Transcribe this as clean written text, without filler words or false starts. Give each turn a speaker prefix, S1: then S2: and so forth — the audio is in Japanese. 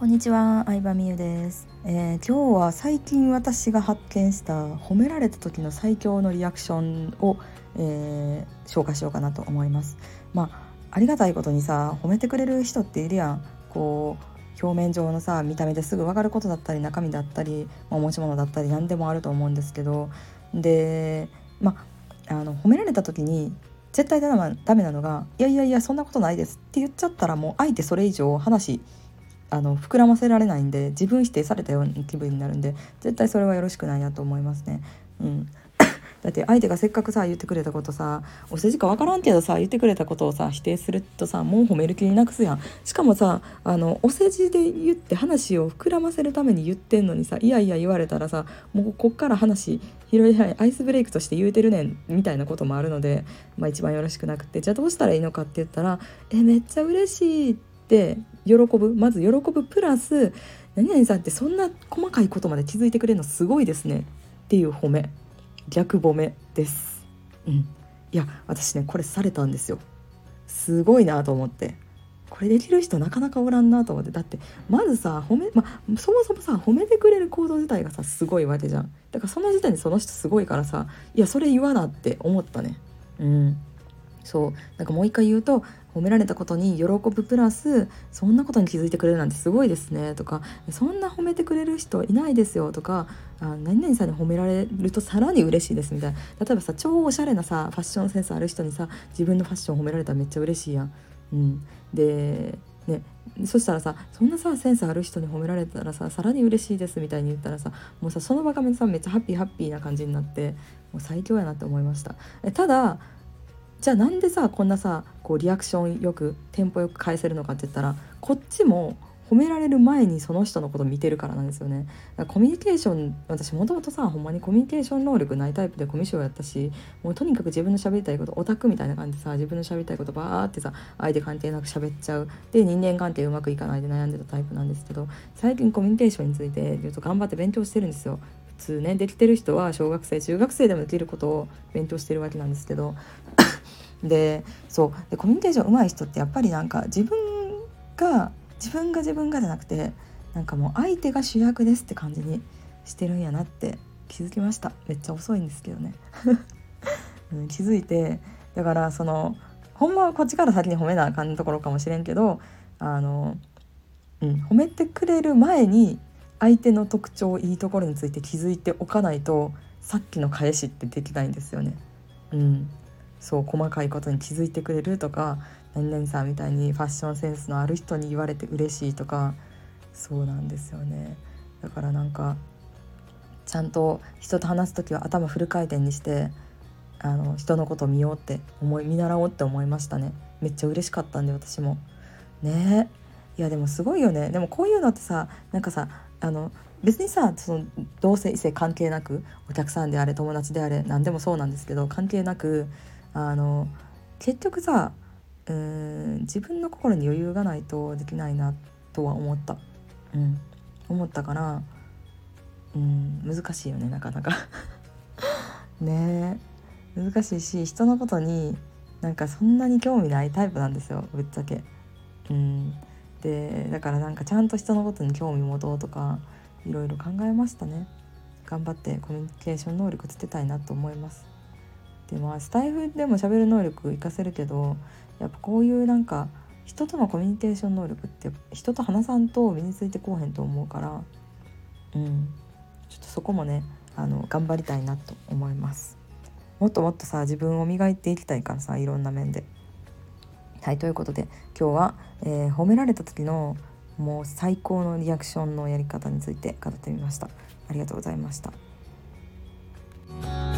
S1: こんにちは、相葉美優です。今日は最近私が発見した褒められた時の最強のリアクションを、紹介しようかなと思います。ありがたいことにさ、褒めてくれる人っているやん。表面上のさ、見た目ですぐ分かることだったり、中身だったり、持ち物だったり、何でもあると思うんですけど、で、褒められた時に絶対ダメなのが、いやいやいやそんなことないですって言っちゃったら、もう相手それ以上話膨らませられないんで、自分否定されたような気分になるんで、絶対それはよろしくないなと思いますね。だって相手がせっかくさ言ってくれたことさ、お世辞か分からんけどさ言ってくれたことをさ否定するとさ、もう褒める気になくすやん。しかもさ、お世辞で言って話を膨らませるために言ってんのにさ、いやいや言われたらさ、もうこっから話広いアイスブレイクとして言うてるねんみたいなこともあるので、一番よろしくなくて、じゃあどうしたらいいのかって言ったら、めっちゃ嬉しいってまず喜ぶプラス、何々さんってそんな細かいことまで気づいてくれるのすごいですねっていう逆褒めです。いや私ね、これされたんですよ。すごいなと思って、これできる人なかなかおらんなと思って。だってまずさそもそもさ褒めてくれる行動自体がさすごいわけじゃん。だからその時点でその人すごいからさ、いやそれ言わなって思ったね。そうなんかもう一回言うと、褒められたことに喜ぶプラス、そんなことに気づいてくれるなんてすごいですねとか、そんな褒めてくれる人いないですよとか、何々さんに褒められるとさらに嬉しいですみたいな。例えばさ、超おしゃれなさファッションセンスある人にさ、自分のファッション褒められたらめっちゃ嬉しいやん。でね、そしたらさ、そんなさセンスある人に褒められたらさ、さらに嬉しいですみたいに言ったらさ、もうさその場がめっちゃハッピーな感じになって、もう最強やなって思いました。ただじゃあなんでさこんなさリアクションよくテンポよく返せるのかって言ったら、こっちも褒められる前にその人のこと見てるからなんですよね。だからコミュニケーション、私もともとさほんまにコミュニケーション能力ないタイプでコミュ障やったし、もうとにかく自分の喋りたいこと、オタクみたいな感じでさ、自分の喋りたいことバーってさ相手関係なく喋っちゃうで、人間関係うまくいかないで悩んでたタイプなんですけど、最近コミュニケーションについてちょっと頑張って勉強してるんですよ。普通ね、できてる人は小学生中学生でもできることを勉強してるわけなんですけど、そうで、コミュニケーション上手い人ってやっぱりなんか自分が自分がじゃなくて、なんかもう相手が主役ですって感じにしてるんやなって気づきました。めっちゃ遅いんですけどね、気づいて、だからほんまはこっちから先に褒めなあかんところかもしれんけど、褒めてくれる前に相手の特徴いいところについて気づいておかないと、さっきの返しってできないんですよね。そう細かいことに気づいてくれるとか、何々さんみたいにファッションセンスのある人に言われて嬉しいとか、そうなんですよね。だからなんかちゃんと人と話すときは頭フル回転にして、人のことを見習おうって思いましたね。めっちゃ嬉しかったんで私もね。いやでもすごいよね。でもこういうのってさ、なんかさ別にさ同性異性関係なく、お客さんであれ友達であれ何でもそうなんですけど、関係なく結局さ、自分の心に余裕がないとできないなとは思った。思ったから、難しいよねなかなかねえ、難しいし、人のことになんかそんなに興味ないタイプなんですよ、ぶっちゃけ。でだからなんかちゃんと人のことに興味持とうとかいろいろ考えましたね。頑張ってコミュニケーション能力つけたいなと思います。でスタイフでも喋る能力活かせるけど、やっぱこういうなんか人とのコミュニケーション能力って人と話さんと身についてこうへんと思うから、ちょっとそこもね頑張りたいなと思います。もっともっとさ自分を磨いていきたいからさ、いろんな面で。はい、ということで今日は、褒められた時のもう最高のリアクションのやり方について語ってみました。ありがとうございました。